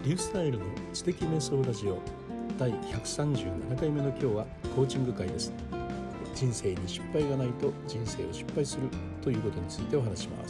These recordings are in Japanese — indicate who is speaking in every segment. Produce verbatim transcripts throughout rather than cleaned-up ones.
Speaker 1: リュースタイルの知的瞑想ラジオだいひゃくさんじゅうななかいめの今日はコーチング会です。人生に失敗がないと人生を失敗するということについてお話します。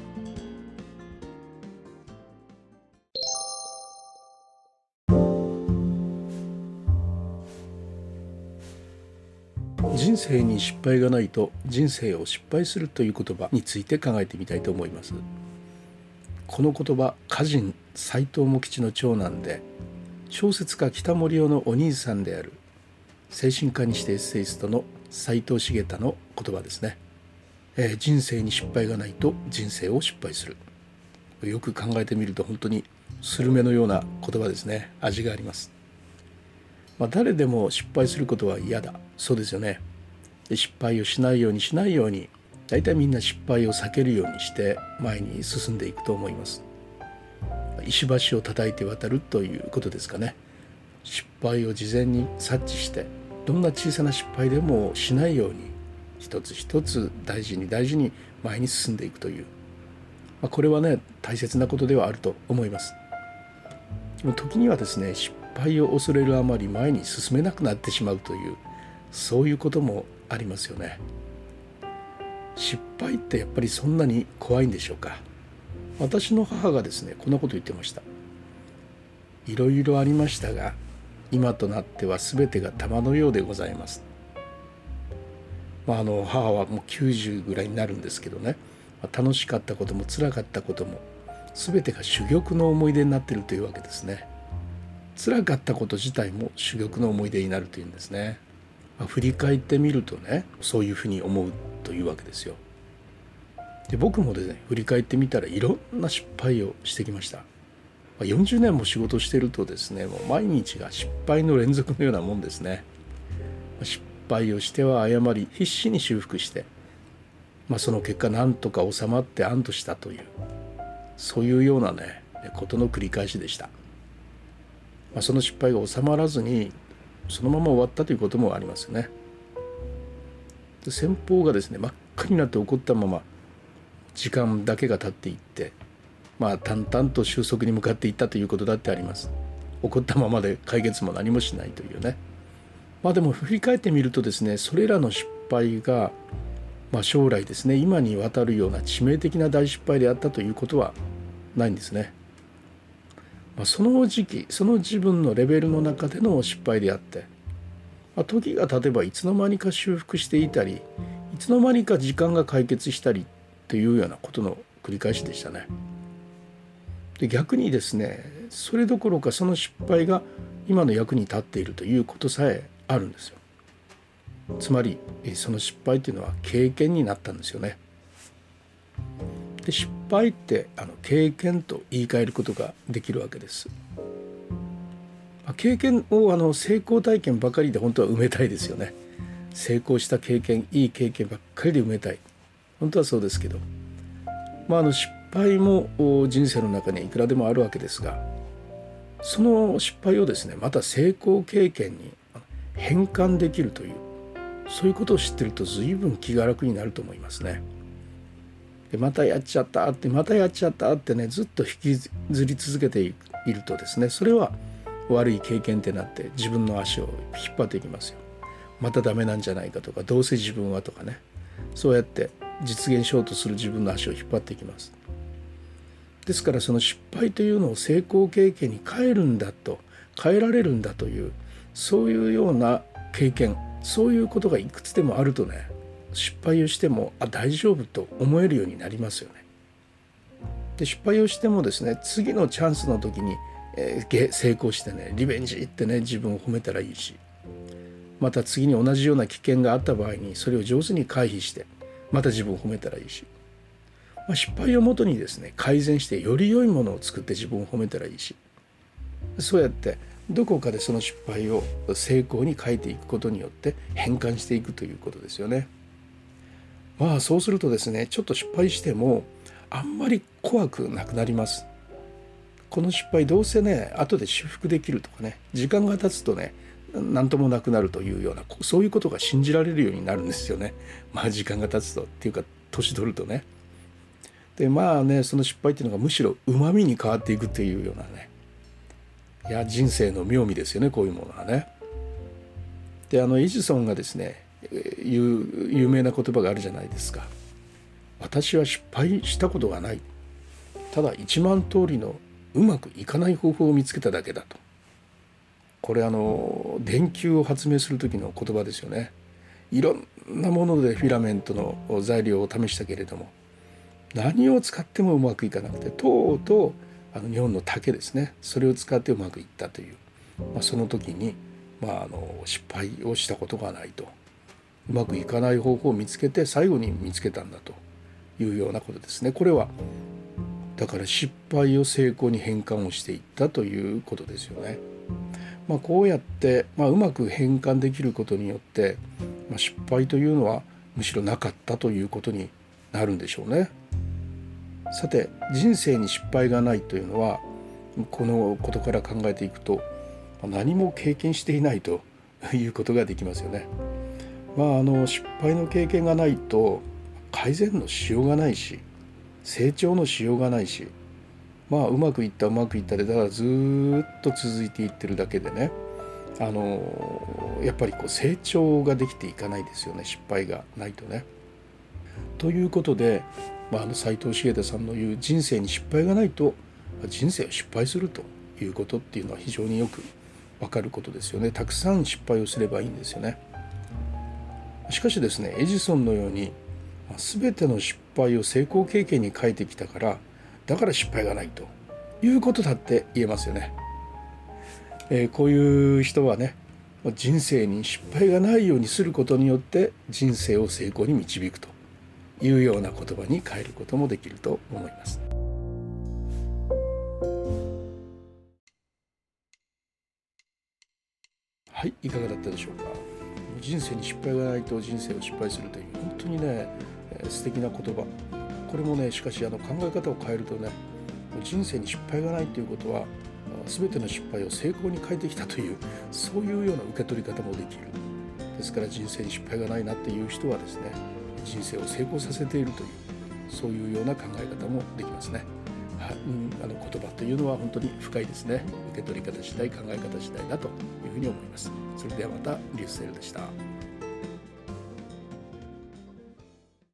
Speaker 1: 人生に失敗がないと人生を失敗するという言葉について考えてみたいと思います。この言葉、歌人斎藤茂吉の長男で小説家北森夫のお兄さんである精神科にしてエッセイストの斎藤茂太の言葉ですね。えー、人生に失敗がないと人生を失敗する。よく考えてみると本当にスルメのような言葉ですね。味があります。まあ、誰でも失敗することは嫌だ。そうですよね。で失敗をしないようにしないように大体みんな失敗を避けるようにして前に進んでいくと思います。石橋を叩いて渡るということですかね。失敗を事前に察知してどんな小さな失敗でもしないように一つ一つ大事に大事に前に進んでいくという、まあ、これはね大切なことではあると思います。でも時にはですね、失敗を恐れるあまり前に進めなくなってしまうという、そういうこともありますよね。失敗ってやっぱりそんなに怖いんでしょうか。私の母がですねこんなこと言ってました。いろいろありましたが今となっては全てが玉のようでございます。まあ、あの母はもうきゅうじゅうぐらいになるんですけどね、楽しかったことも辛かったことも全てが珠玉の思い出になっているというわけですね。辛かったこと自体も珠玉の思い出になるというんですね。まあ、振り返ってみるとねそういうふうに思うというわけですよ。で僕もですね振り返ってみたらいろんな失敗をしてきました。よんじゅうねんも仕事してるとですね、もう毎日が失敗の連続のようなもんですね。失敗をしては謝り必死に修復して、まあ、その結果なんとか収まって安堵したという、そういうようなねことの繰り返しでした。まあ、その失敗が収まらずにそのまま終わったということもありますよね。で先方がですね真っ赤になって怒ったまま時間だけが経っていって、まあ淡々と収束に向かっていったということだってあります。怒ったままで解決も何もしないというね。まあでも振り返ってみるとですね、それらの失敗が、まあ、将来ですね今にわたるような致命的な大失敗であったということはないんですね。まあ、その時期その自分のレベルの中での失敗であって、まあ、時が経てばいつの間にか修復していたりいつの間にか時間が解決したりというようなことの繰り返しでしたね。で逆にですねそれどころかその失敗が今の役に立っているということさえあるんですよ。つまりその失敗というのは経験になったんですよね。で失敗ってあの経験と言い換えることができるわけです。経験をあの成功体験ばかりで本当は埋めたいですよね。成功した経験いい経験ばっかりで埋めたい、本当はそうですけど、まあ、あの失敗も人生の中にいくらでもあるわけですが、その失敗をですねまた成功経験に変換できるという、そういうことを知ってると随分気が楽になると思いますね。でまたやっちゃったってまたやっちゃったってねずっと引きずり続けているとですね、それは悪い経験ってなって自分の足を引っ張っていきますよ。またダメなんじゃないかとか、どうせ自分はとかね、そうやって実現しようとする自分の足を引っ張っていきます。ですからその失敗というのを成功経験に変えるんだと、変えられるんだという、そういうような経験、そういうことがいくつでもあるとね、失敗をしてもあ大丈夫と思えるようになりますよね。で失敗をしてもですね次のチャンスの時に、えー、成功してねリベンジってね自分を褒めたらいいし、また次に同じような危険があった場合にそれを上手に回避してまた自分を褒めたらいいし、まあ、失敗をもとにですね改善してより良いものを作って自分を褒めたらいいし、そうやってどこかでその失敗を成功に変えていくことによって変換していくということですよね。まあそうするとですねちょっと失敗してもあんまり怖くなくなります。この失敗どうせね後で修復できるとかね、時間が経つとね何ともなくなるというような、そういうことが信じられるようになるんですよね。まあ時間が経つとっていうか年取るとね。でまあねその失敗っていうのがむしろうまみに変わっていくというようなね、 いや人生の妙味ですよね、こういうものはね。であのエジソンがですね言う有名な言葉があるじゃないですか。私は失敗したことがない。ただいちまん通りのうまくいかない方法を見つけただけだと。これあの電球を発明する時の言葉ですよね。いろんなものでフィラメントの材料を試したけれども何を使ってもうまくいかなくて、とうとうあの日本の竹ですね、それを使ってうまくいったという、まあ、その時に、まあ、あの失敗をしたことがないと、うまくいかない方法を見つけて最後に見つけたんだというようなことですね。これはだから失敗を成功に変換をしていったということですよね。まあ、こうやって、まあ、うまく変換できることによって、まあ、失敗というのはむしろなかったということになるんでしょうね。さて人生に失敗がないというのはこのことから考えていくと何も経験していないということができますよね。まあ、あの失敗の経験がないと改善のしようがないし成長のしようがないし、まあうまくいったうまくいったでだからずっと続いていってるだけでね、あのやっぱりこう成長ができていかないですよね、失敗がないとね。ということで、まあ、あの斉藤茂太さんの言う人生に失敗がないと人生を失敗するということっていうのは非常によくわかることですよね。たくさん失敗をすればいいんですよね。しかしですね、エジソンのように全ての失敗を成功経験に変えてきたからだから失敗がないということだって言えますよね。えー、こういう人はね、人生に失敗がないようにすることによって人生を成功に導くというような言葉に変えることもできると思います。はい、いかがだったでしょうか。人生に失敗がないと人生を失敗するという本当にね素敵な言葉。これもねしかしあの考え方を変えるとね、人生に失敗がないということは全ての失敗を成功に変えてきたというそういうような受け取り方もできる。ですから人生に失敗がないなっていう人はですね、人生を成功させているというそういうような考え方もできますね。は、うん、あの言葉というのは本当に深いですね。受け取り方次第考え方次第だというふうに思います。それではまたリュースセルでした。